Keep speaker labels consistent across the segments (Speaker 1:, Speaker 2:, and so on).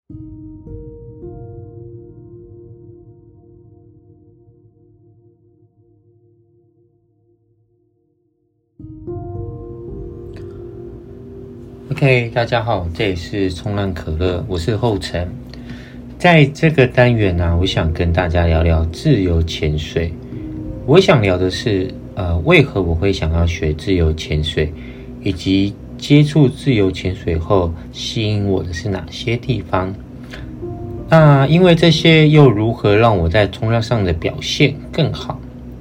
Speaker 1: OK， 大家好，这里是冲浪可乐，我是后成。在这个单元呢，我想跟大家聊聊自由潜水。我想聊的是，为何我会想要学自由潜水，以及接触自由潜水后吸引我的是哪些地方。那因为这些又如何让我在冲浪上的表现更好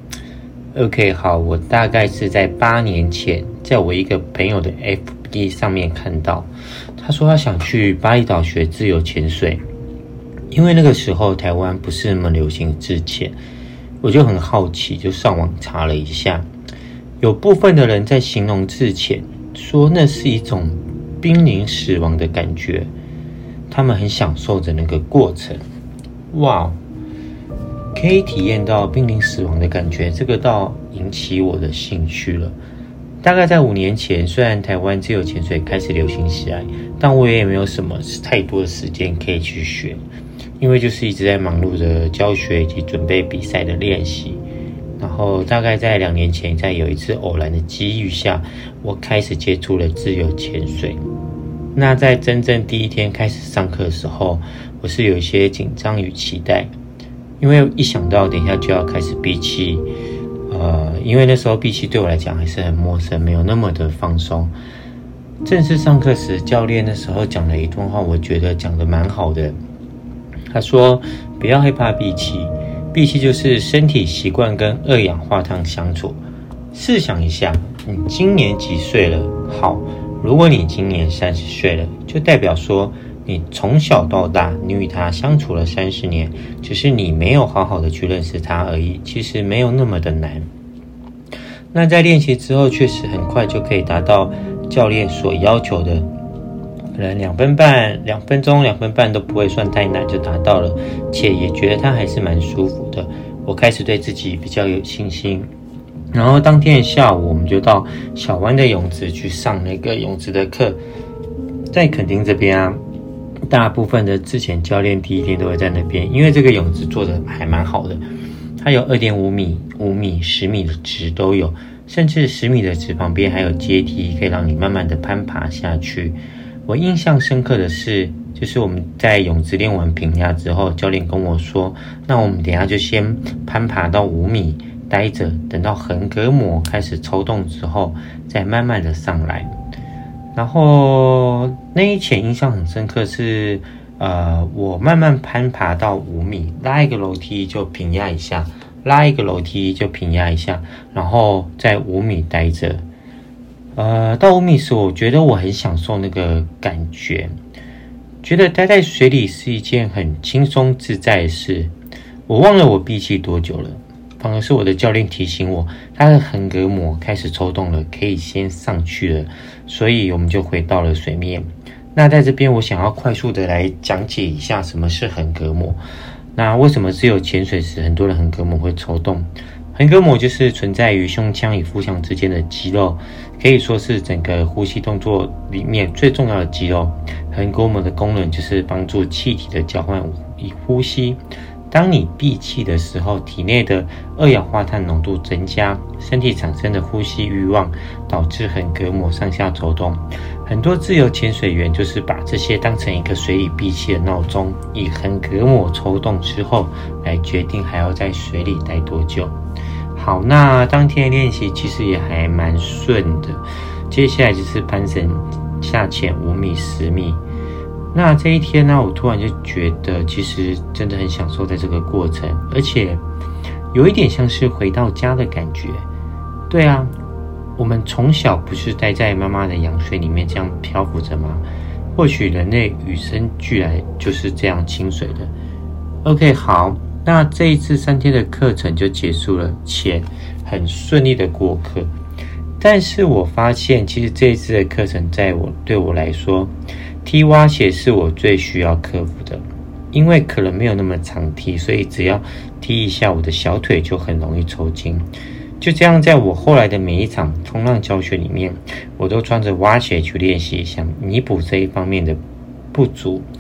Speaker 1: ？OK， 好，我大概是在8年前，在我一个朋友的 FB 上面看到，他说他想去巴厘岛学自由潜水，因为那个时候台湾不是那么流行自潜，我就很好奇，就上网查了一下，有部分的人在形容自潜，说那是一种濒临死亡的感觉，他们很享受着那个过程，哇！可以体验到濒临死亡的感觉，这个倒引起我的兴趣了。大概在5年前，虽然台湾自由潜水开始流行起来，但我也没有什么太多的时间可以去学，因为就是一直在忙碌的教学以及准备比赛的练习。然后大概在2年前，在有一次偶然的机遇下，我开始接触了自由潜水。那在真正第一天开始上课的时候，我是有一些紧张与期待。因为一想到等一下就要开始闭气，因为那时候闭气对我来讲还是很陌生，没有那么的放松。正式上课时，教练那时候讲了一段话，我觉得讲得蛮好的。他说：“不要害怕闭气，闭气就是身体习惯跟二氧化碳相处。试想一下，你今年几岁了？好，如果你今年30岁了，就代表说。”你从小到大，你与他相处了30年，只是你没有好好的去认识他而已，其实没有那么的难。那在练习之后，确实很快就可以达到教练所要求的，可能2分半、2分钟、2分半都不会算太难就达到了，且也觉得他还是蛮舒服的。我开始对自己比较有信心。然后当天的下午，我们就到小湾的泳池去上那个泳池的课，在垦丁这边啊。大部分的自潜教练第一天都会在那边，因为这个泳池做的还蛮好的，它有 2.5 米、5米、10米的池都有，甚至10米的池旁边还有阶梯，可以让你慢慢的攀爬下去。我印象深刻的是，就是我们在泳池练完平压之后，教练跟我说，那我们等一下就先攀爬到5米待着，等到横膈膜开始抽动之后，再慢慢的上来。然后那一潜印象很深刻是，我慢慢攀爬到5米，拉一个楼梯就平压一下，拉一个楼梯就平压一下，然后在5米待着。到5米时，我觉得我很享受那个感觉，觉得待在水里是一件很轻松自在的事。我忘了我闭气多久了。反而是我的教练提醒我，他的横膈膜开始抽动了，可以先上去了，所以我们就回到了水面。那在这边我想要快速的来讲解一下什么是横膈膜。那为什么只有潜水时很多的横膈膜会抽动？横膈膜就是存在于胸腔与腹腔之间的肌肉，可以说是整个呼吸动作里面最重要的肌肉。横膈膜的功能就是帮助气体的交换与呼吸。当你闭气的时候，体内的二氧化碳浓度增加，身体产生的呼吸欲望，导致横膈膜上下走动。很多自由潜水员就是把这些当成一个水里闭气的闹钟，以横膈膜抽动之后来决定还要在水里待多久。好，那当天的练习其实也还蛮顺的，接下来就是攀绳下潜5米、10米。那这一天呢，我突然就觉得其实真的很享受在这个过程，而且有一点像是回到家的感觉。对啊，我们从小不是待在妈妈的羊水里面这样漂浮着吗？或许人类与生俱来就是这样亲水的。OK， 好，那这一次3天的课程就结束了，且很顺利的过课。但是我发现，其实这一次的课程对我来说，踢蛙鞋是我最需要克服的，因为可能没有那么常踢，所以只要踢一下，我的小腿就很容易抽筋。就这样，在我后来的每一场冲浪教学里面，我都穿着蛙鞋去练习，想弥补这一方面的不足。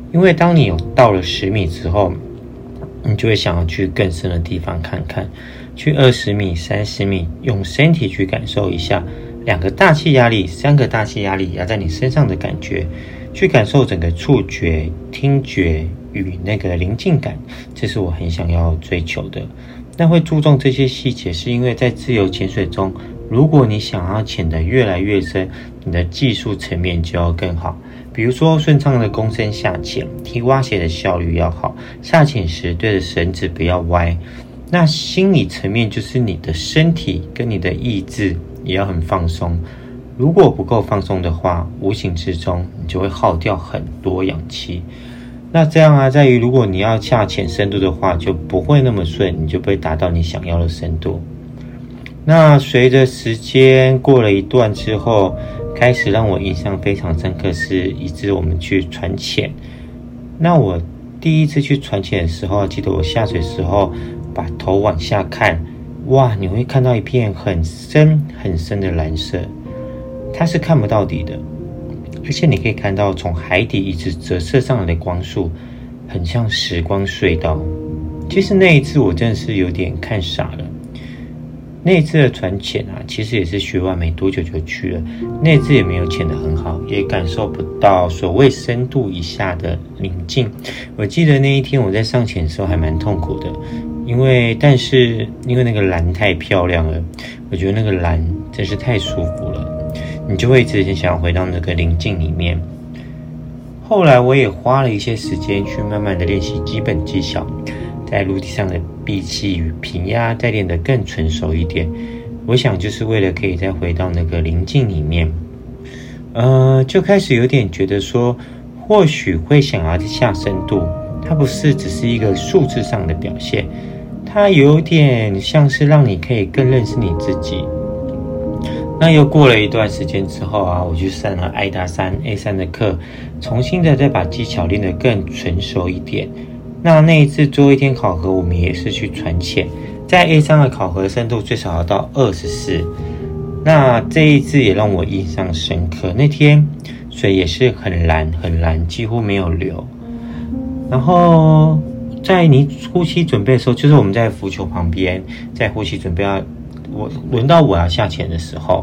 Speaker 1: 因为当你有到了10米之后，你就会想要去更深的地方看看，去20米、30米，用身体去感受一下2个大气压力、3个大气压力压在你身上的感觉，去感受整个触觉、听觉与那个临近感，这是我很想要追求的。那会注重这些细节，是因为在自由潜水中，如果你想要潜得越来越深，你的技术层面就要更好。比如说顺畅的躬身下潜，踢蛙鞋的效率要好，下潜时对着绳子不要歪。那心理层面就是你的身体跟你的意志也要很放松。如果不够放松的话，无形之中你就会耗掉很多氧气。那这样在于如果你要下潜深度的话，就不会那么顺，你就不会达到你想要的深度。那随着时间过了一段之后，开始让我印象非常深刻是一次我们去船潜。那我第一次去船潜的时候，记得我下水的时候把头往下看，哇，你会看到一片很深很深的蓝色，它是看不到底的，而且你可以看到从海底一直折射上来的光束，很像时光隧道。其实那一次我真的是有点看傻了。那一次的船潜其实也是学完没多久就去了，那一次也没有潜得很好，也感受不到所谓深度以下的宁静。我记得那一天我在上潜的时候还蛮痛苦的，但是因为那个蓝太漂亮了，我觉得那个蓝真是太舒服了，你就会一直想要回到那个宁静里面。后来我也花了一些时间去慢慢的练习基本技巧，在陆地上的闭气与平压再练得更成熟一点，我想就是为了可以再回到那个宁静里面。就开始有点觉得说，或许会想要下深度，它不是只是一个数字上的表现，它有点像是让你可以更认识你自己。那又过了一段时间之后我去上了爱达3 A3 的课，重新的再把技巧练得更成熟一点。那一次最后一天考核，我们也是去船潜，在 A3 的考核深度最少要到24。那这一次也让我印象深刻，那天水也是很蓝很蓝，几乎没有流。然后在你呼吸准备的时候，就是我们在浮球旁边，在呼吸准备轮到我要下潜的时候，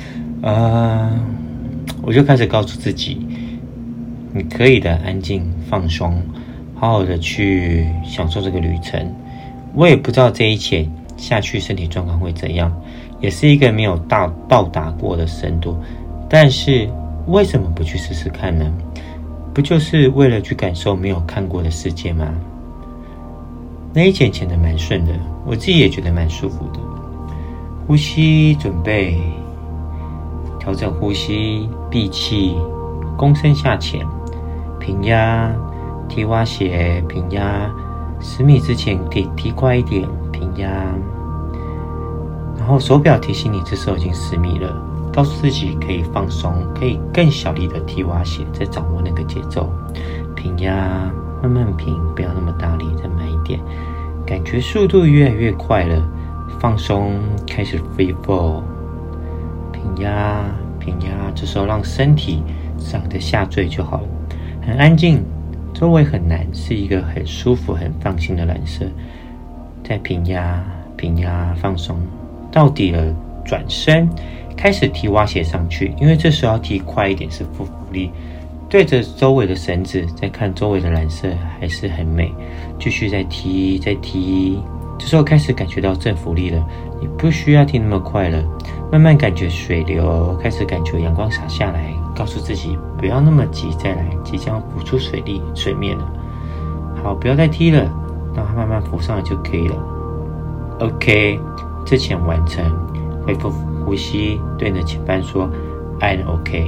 Speaker 1: 我就开始告诉自己，你可以的，安静放松，好好的去享受这个旅程。我也不知道这一切下去身体状况会怎样，也是一个没有到达过的深度，但是为什么不去试试看呢？不就是为了去感受没有看过的世界吗？那一潜潜得蛮顺的，我自己也觉得蛮舒服的。呼吸准备，调整呼吸，闭气，躬身下潜，平压，踢蛙鞋，平压，10米之前踢快一点，平压。然后手表提醒你这时候已经10米了，告诉自己可以放松，可以更小力的踢蛙鞋，再掌握那个节奏。平压，慢慢平，不要那么大力，再慢一点，感觉速度越来越快了。放松，开始 free fall， 平压，平压，这时候让身体上的下坠就好了。很安静，周围很蓝，是一个很舒服、很放心的蓝色。再平压，平压，放松，到底了，转身，开始踢蛙鞋上去，因为这时候要踢快一点是负浮力。对着周围的绳子，再看周围的蓝色还是很美，继续再踢，再踢。这时候开始感觉到正浮力了，你不需要踢那么快了，慢慢感觉水流，开始感觉阳光洒下来，告诉自己不要那么急，再来，即将浮出水面了。好，不要再踢了，让它慢慢浮上来就可以了。OK， 之前完成，恢复呼吸，对你的前伴说 I'm OK。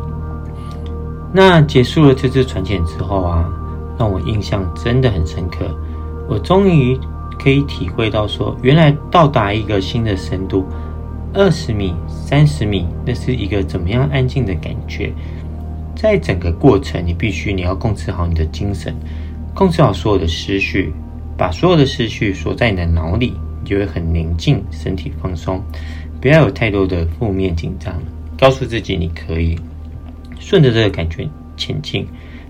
Speaker 1: 那结束了这次船潜之后让我印象真的很深刻，我终于可以体会到说，原来到达一个新的深度，20米、30米，那是一个怎么样安静的感觉。在整个过程，你要控制好你的精神，控制好所有的思绪，把所有的思绪锁在你的脑里，你就会很宁静，身体放松，不要有太多的负面紧张，告诉自己你可以顺着这个感觉前进，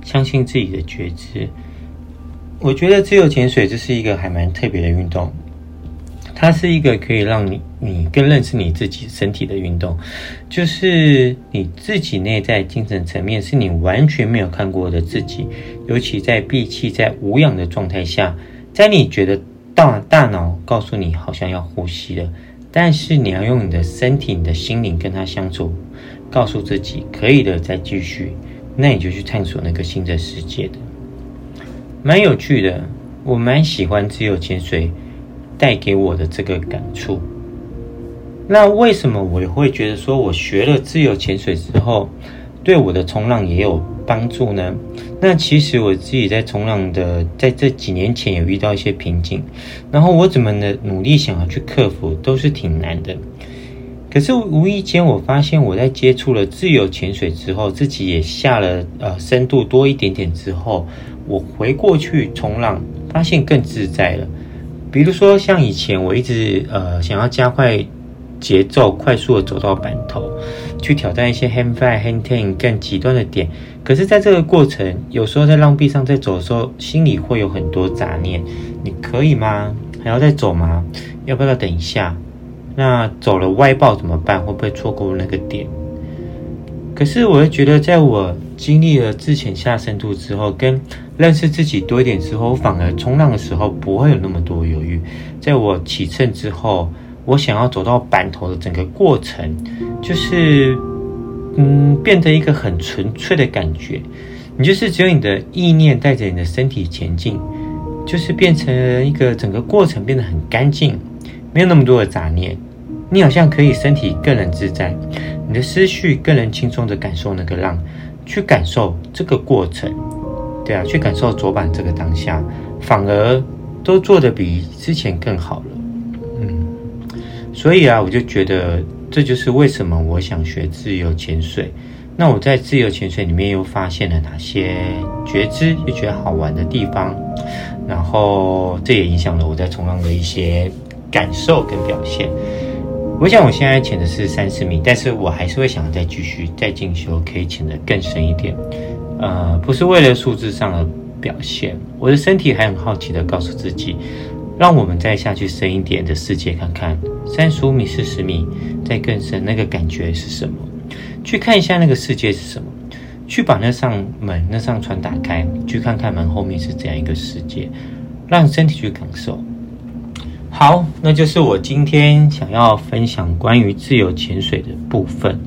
Speaker 1: 相信自己的觉知。我觉得自由潜水这是一个还蛮特别的运动，它是一个可以让你更认识你自己身体的运动，就是你自己内在精神层面是你完全没有看过的自己，尤其在闭气在无氧的状态下，在你觉得大脑告诉你好像要呼吸了，但是你要用你的身体你的心灵跟它相处，告诉自己可以的再继续，那你就去探索那个新的世界的。蛮有趣的，我蛮喜欢自由潜水带给我的这个感触。那为什么我会觉得说我学了自由潜水之后对我的冲浪也有帮助呢？那其实我自己在冲浪的在这几年前有遇到一些瓶颈，然后我怎么的努力想要去克服都是挺难的。可是无意间我发现我在接触了自由潜水之后，自己也下了深度多一点点之后，我回过去冲浪发现更自在了。比如说像以前我一直想要加快节奏，快速的走到板头，去挑战一些 hand fight hand ten 更极端的点，可是在这个过程有时候在浪壁上在走的时候，心里会有很多杂念，你可以吗？还要再走吗？要不要等一下？那走了歪爆怎么办？会不会错过那个点？可是我会觉得在我经历了之前下深度之后，跟认识自己多一点之后，反而冲浪的时候不会有那么多犹豫。在我起乘之后，我想要走到板头的整个过程，就是变得一个很纯粹的感觉。你就是只有你的意念带着你的身体前进，就是变成一个整个过程变得很干净，没有那么多的杂念。你好像可以身体更能自在，你的思绪更能轻松的感受那个浪，去感受这个过程，对啊，去感受左板这个当下，反而都做得比之前更好了。所以啊，我就觉得这就是为什么我想学自由潜水。那我在自由潜水里面又发现了哪些觉知，又觉得好玩的地方，然后这也影响了我在冲浪的一些感受跟表现。我想我现在潜的是30米，但是我还是会想再继续再进修，可以潜得更深一点。不是为了数字上的表现，我的身体还很好奇的告诉自己，让我们再下去深一点的世界看看，35米、40米，再更深那个感觉是什么？去看一下那个世界是什么？去把那扇门、那扇窗打开，去看看门后面是怎样一个世界，让身体去感受。好，那就是我今天想要分享关于自由潜水的部分。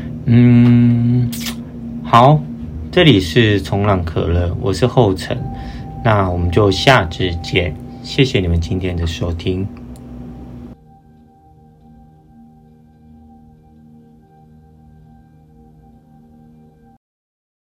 Speaker 1: 好，这里是冲浪可乐，我是后成，那我们就下次见，谢谢你们今天的收听。